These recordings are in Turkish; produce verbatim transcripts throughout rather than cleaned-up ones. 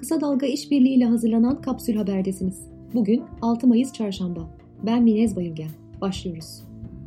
Kısa Dalga İşbirliği ile hazırlanan Kapsül Haber'desiniz. Bugün altı Mayıs Çarşamba. Ben Minez Bayülgen. Başlıyoruz.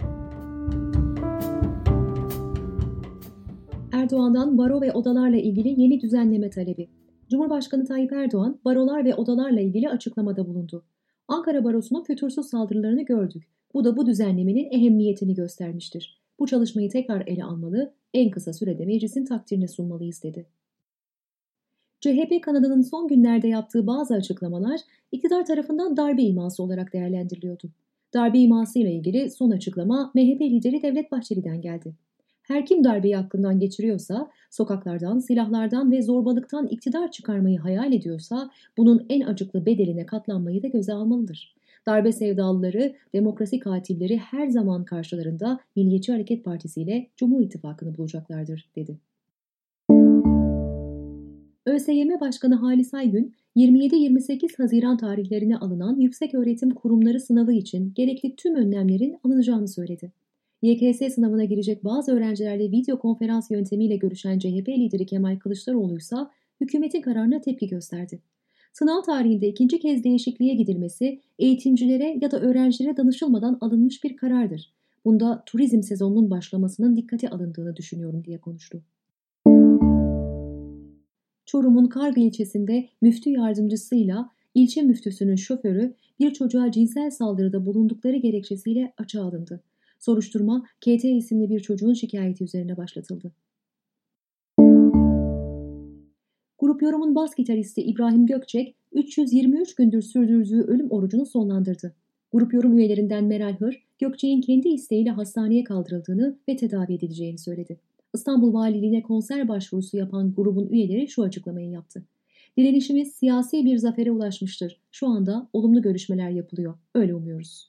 Erdoğan'dan baro ve odalarla ilgili yeni düzenleme talebi. Cumhurbaşkanı Tayyip Erdoğan, barolar ve odalarla ilgili açıklamada bulundu. Ankara Barosu'nun fütursuz saldırılarını gördük. Bu da bu düzenlemenin ehemmiyetini göstermiştir. Bu çalışmayı tekrar ele almalı, en kısa sürede meclisin takdirine sunmalıyız dedi. C H P kanadının son günlerde yaptığı bazı açıklamalar iktidar tarafından darbe iması olarak değerlendiriliyordu. Darbe iması ile ilgili son açıklama M H P lideri Devlet Bahçeli'den geldi. Her kim darbeyi aklından geçiriyorsa, sokaklardan, silahlardan ve zorbalıktan iktidar çıkarmayı hayal ediyorsa bunun en acıklı bedeline katlanmayı da göze almalıdır. Darbe sevdalıları, demokrasi katilleri her zaman karşılarında Milliyetçi Hareket Partisi ile Cumhur İttifakı'nı bulacaklardır, dedi. ÖSYM Başkanı Halis Aygün, yirmi yedi yirmi sekiz Haziran tarihlerine alınan yükseköğretim kurumları sınavı için gerekli tüm önlemlerin alınacağını söyledi. Y K S sınavına girecek bazı öğrencilerle video konferans yöntemiyle görüşen C H P lideri Kemal Kılıçdaroğlu ise hükümetin kararına tepki gösterdi. Sınav tarihinde ikinci kez değişikliğe gidilmesi eğitimcilere ya da öğrencilere danışılmadan alınmış bir karardır. Bunda turizm sezonunun başlamasının dikkate alındığını düşünüyorum diye konuştu. Çorum'un Kargı ilçesinde müftü yardımcısıyla ilçe müftüsünün şoförü bir çocuğa cinsel saldırıda bulundukları gerekçesiyle açığa alındı. Soruşturma K T isimli bir çocuğun şikayeti üzerine başlatıldı. Grup Yorum'un bas gitaristi İbrahim Gökçek üç yüz yirmi üç gündür sürdürdüğü ölüm orucunu sonlandırdı. Grup Yorum üyelerinden Meral Hır, Gökçek'in kendi isteğiyle hastaneye kaldırıldığını ve tedavi edileceğini söyledi. İstanbul Valiliğine konser başvurusu yapan grubun üyeleri şu açıklamayı yaptı. Direnişimiz siyasi bir zafere ulaşmıştır. Şu anda olumlu görüşmeler yapılıyor. Öyle umuyoruz.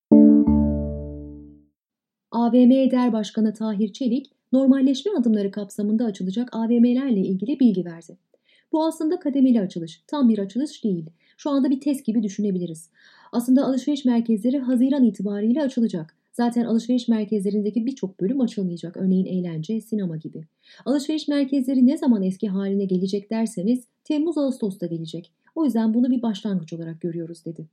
A V M Der Başkanı Tahir Çelik, normalleşme adımları kapsamında açılacak A V M'lerle ilgili bilgi verdi. Bu aslında kademeli açılış, tam bir açılış değil. Şu anda bir test gibi düşünebiliriz. Aslında alışveriş merkezleri Haziran itibariyle açılacak. Zaten alışveriş merkezlerindeki birçok bölüm açılmayacak. Örneğin eğlence, sinema gibi. Alışveriş merkezleri ne zaman eski haline gelecek derseniz Temmuz-Ağustos'ta gelecek. O yüzden bunu bir başlangıç olarak görüyoruz, dedi.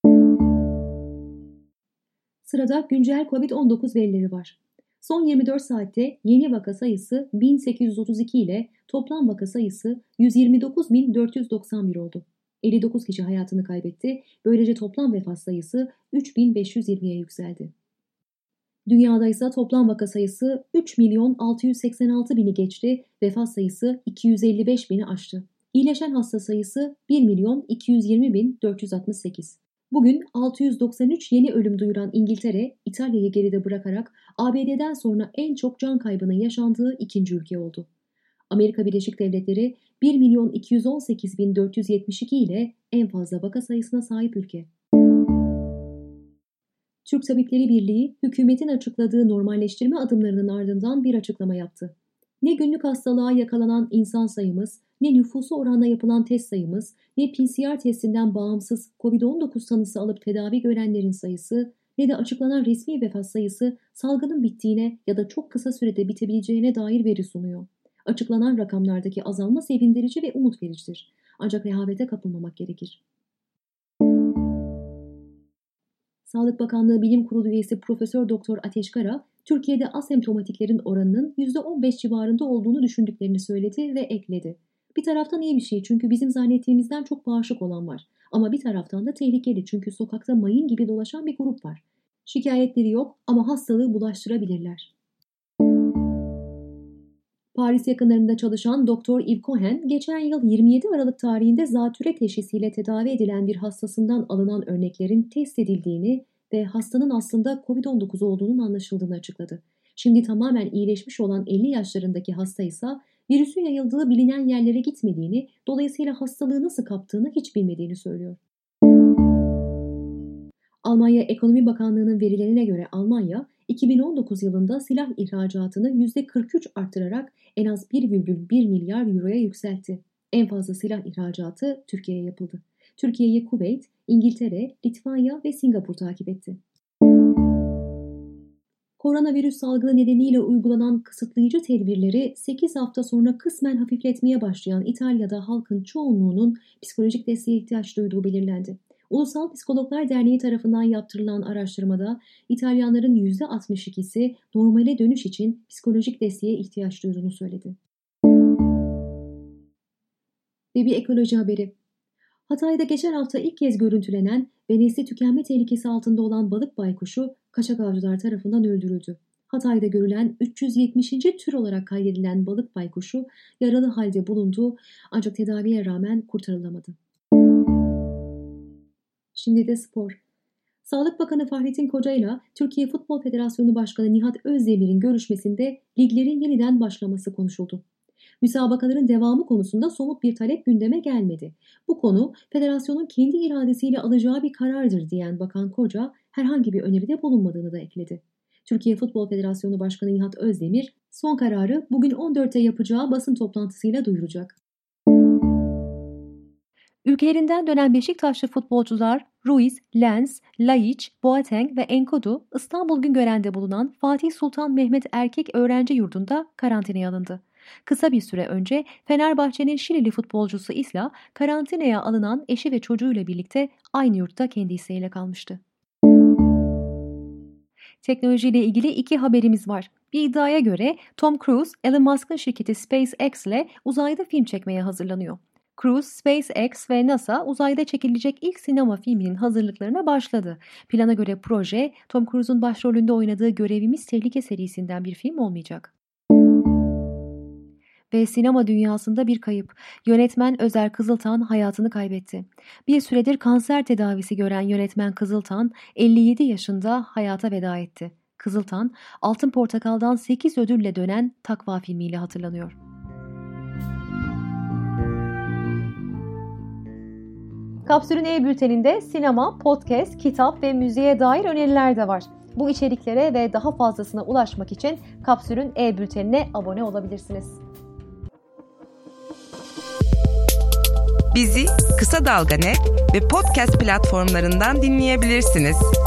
Sırada güncel kovid on dokuz verileri var. Son yirmi dört saatte yeni vaka sayısı bin sekiz yüz otuz iki ile toplam vaka sayısı yüz yirmi dokuz bin dört yüz doksan bir oldu. elli dokuz kişi hayatını kaybetti. Böylece toplam vefat sayısı üç bin beş yüz yirmiye yükseldi. Dünyada ise toplam vaka sayısı üç milyon altı yüz seksen altı bini geçti, vefat sayısı iki yüz elli beş bini aştı. İyileşen hasta sayısı bir milyon iki yüz yirmi bin dört yüz altmış sekiz. Bugün altı yüz doksan üç yeni ölüm duyuran İngiltere, İtalya'yı geride bırakarak A B D'den sonra en çok can kaybının yaşandığı ikinci ülke oldu. Amerika Birleşik Devletleri bir milyon iki yüz on sekiz bin dört yüz yetmiş iki ile en fazla vaka sayısına sahip ülke. Türk Tabipleri Birliği, hükümetin açıkladığı normalleştirme adımlarının ardından bir açıklama yaptı. Ne günlük hastalığa yakalanan insan sayımız, ne nüfusu oranla yapılan test sayımız, ne P C R testinden bağımsız kovid on dokuz tanısı alıp tedavi görenlerin sayısı, ne de açıklanan resmi vefat sayısı salgının bittiğine ya da çok kısa sürede bitebileceğine dair veri sunuyor. Açıklanan rakamlardaki azalma sevindirici ve umut vericidir. Ancak rehavete kapılmamak gerekir. Sağlık Bakanlığı Bilim Kurulu üyesi Profesör Doktor Ateş Kara, Türkiye'de asemptomatiklerin oranının yüzde on beş civarında olduğunu düşündüklerini söyledi ve ekledi. Bir taraftan iyi bir şey çünkü bizim zannettiğimizden çok bağışık olan var. Ama bir taraftan da tehlikeli çünkü sokakta mayın gibi dolaşan bir grup var. Şikayetleri yok ama hastalığı bulaştırabilirler. Paris yakınlarında çalışan Doktor Yves Cohen, geçen yıl yirmi yedi Aralık tarihinde zatüre teşhisiyle tedavi edilen bir hastasından alınan örneklerin test edildiğini ve hastanın aslında kovid on dokuz olduğunun anlaşıldığını açıkladı. Şimdi tamamen iyileşmiş olan elli yaşlarındaki hasta ise virüsün yayıldığı bilinen yerlere gitmediğini, dolayısıyla hastalığı nasıl kaptığını hiç bilmediğini söylüyor. Almanya Ekonomi Bakanlığı'nın verilerine göre Almanya, iki bin on dokuz yılında silah ihracatını yüzde kırk üç artırarak en az bir virgül bir milyar euroya yükseltti. En fazla silah ihracatı Türkiye'ye yapıldı. Türkiye'yi Kuveyt, İngiltere, Litvanya ve Singapur takip etti. koronavirüs salgını nedeniyle uygulanan kısıtlayıcı tedbirleri sekiz hafta sonra kısmen hafifletmeye başlayan İtalya'da halkın çoğunluğunun psikolojik desteğe ihtiyaç duyduğu belirlendi. Ulusal Psikologlar Derneği tarafından yaptırılan araştırmada İtalyanların yüzde altmış ikisi normale dönüş için psikolojik desteğe ihtiyaç duyduğunu söyledi. Ve bir ekoloji haberi. Hatay'da geçen hafta ilk kez görüntülenen ve nesli tükenme tehlikesi altında olan balık baykuşu kaçak avcılar tarafından öldürüldü. Hatay'da görülen üç yüz yetmişinci tür olarak kaydedilen balık baykuşu yaralı halde bulundu ancak tedaviye rağmen kurtarılamadı. Şimdi de spor. Sağlık Bakanı Fahrettin Koca ile Türkiye Futbol Federasyonu Başkanı Nihat Özdemir'in görüşmesinde liglerin yeniden başlaması konuşuldu. Müsabakaların devamı konusunda somut bir talep gündeme gelmedi. Bu konu federasyonun kendi iradesiyle alacağı bir karardır diyen Bakan Koca herhangi bir öneride bulunmadığını da ekledi. Türkiye Futbol Federasyonu Başkanı Nihat Özdemir son kararı bugün on dörtte yapacağı basın toplantısıyla duyuracak. Ülkelerinden dönen Beşiktaşlı futbolcular Ruiz, Lenz, Laiç, Boateng ve Enkodu İstanbul Güngören'de bulunan Fatih Sultan Mehmet Erkek Öğrenci Yurdu'nda karantinaya alındı. Kısa bir süre önce Fenerbahçe'nin Şilili futbolcusu Isla karantinaya alınan eşi ve çocuğuyla birlikte aynı yurtta kendi isteğiyle kalmıştı. Teknolojiyle ilgili iki haberimiz var. Bir iddiaya göre Tom Cruise, Elon Musk'ın şirketi SpaceX ile uzayda film çekmeye hazırlanıyor. Cruise, SpaceX ve NASA uzayda çekilecek ilk sinema filminin hazırlıklarına başladı. Plana göre proje, Tom Cruise'un başrolünde oynadığı Görevimiz Tehlike serisinden bir film olmayacak. Ve sinema dünyasında bir kayıp. Yönetmen Özer Kızıltan hayatını kaybetti. Bir süredir kanser tedavisi gören yönetmen Kızıltan elli yedi yaşında hayata veda etti. Kızıltan, Altın Portakal'dan sekiz ödülle dönen Takva filmiyle hatırlanıyor. Kapsül'ün e-bülteninde sinema, podcast, kitap ve müziğe dair öneriler de var. Bu içeriklere ve daha fazlasına ulaşmak için Kapsül'ün e-bültenine abone olabilirsiniz. Bizi Kısa Dalga Net ve podcast platformlarından dinleyebilirsiniz.